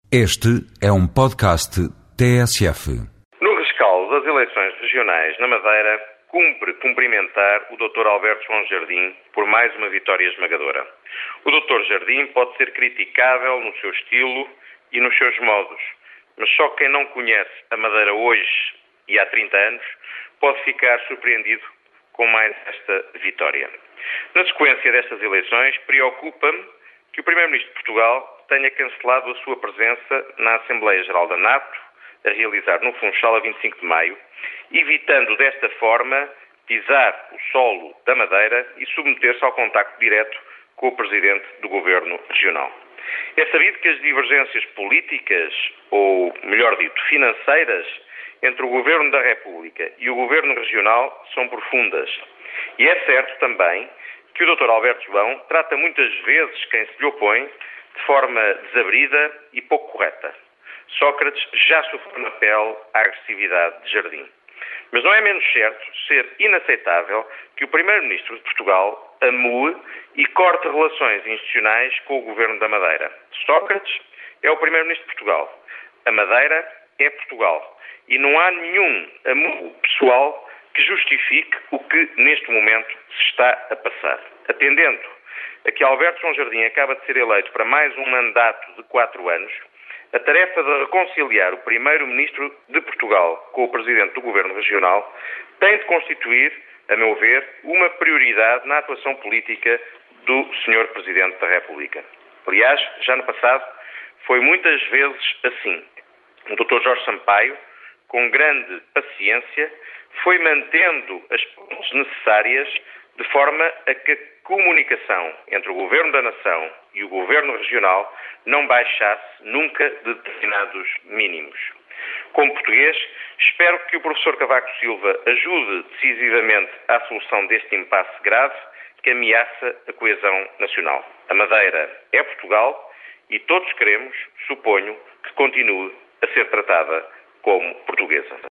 Este é um podcast TSF. No rescaldo das eleições regionais na Madeira, cumpre cumprimentar o Dr. Alberto João Jardim por mais uma vitória esmagadora. O Dr. Jardim pode ser criticável no seu estilo e nos seus modos, mas só quem não conhece a Madeira hoje e há 30 anos pode ficar surpreendido com mais esta vitória. Na sequência destas eleições, preocupa-me que o Primeiro-Ministro de Portugal tenha cancelado a sua presença na Assembleia Geral da NATO, a realizar no Funchal a 25 de maio, evitando desta forma pisar o solo da Madeira e submeter-se ao contacto direto com o Presidente do Governo Regional. É sabido que as divergências políticas, ou melhor dito, financeiras, entre o Governo da República e o Governo Regional são profundas. E é certo também que o Dr. Alberto João trata muitas vezes quem se lhe opõe de forma desabrida e pouco correta. Sócrates já sofreu na pele a agressividade de Jardim. Mas não é menos certo ser inaceitável que o Primeiro-Ministro de Portugal amue e corte relações institucionais com o Governo da Madeira. Sócrates é o Primeiro-Ministro de Portugal. A Madeira é Portugal. E não há nenhum amuo pessoal que justifique o que neste momento se está a passar. Atendendo a que Alberto João Jardim acaba de ser eleito para mais um mandato de 4 anos, a tarefa de reconciliar o Primeiro-Ministro de Portugal com o Presidente do Governo Regional tem de constituir, a meu ver, uma prioridade na atuação política do Sr. Presidente da República. Aliás, já no passado, foi muitas vezes assim. O Dr. Jorge Sampaio, com grande paciência, foi mantendo as pontes necessárias de forma a que a comunicação entre o Governo da Nação e o Governo Regional não baixasse nunca de determinados mínimos. Como português, espero que o professor Cavaco Silva ajude decisivamente à solução deste impasse grave que ameaça a coesão nacional. A Madeira é Portugal e todos queremos, suponho, que continue a ser tratada como portuguesa.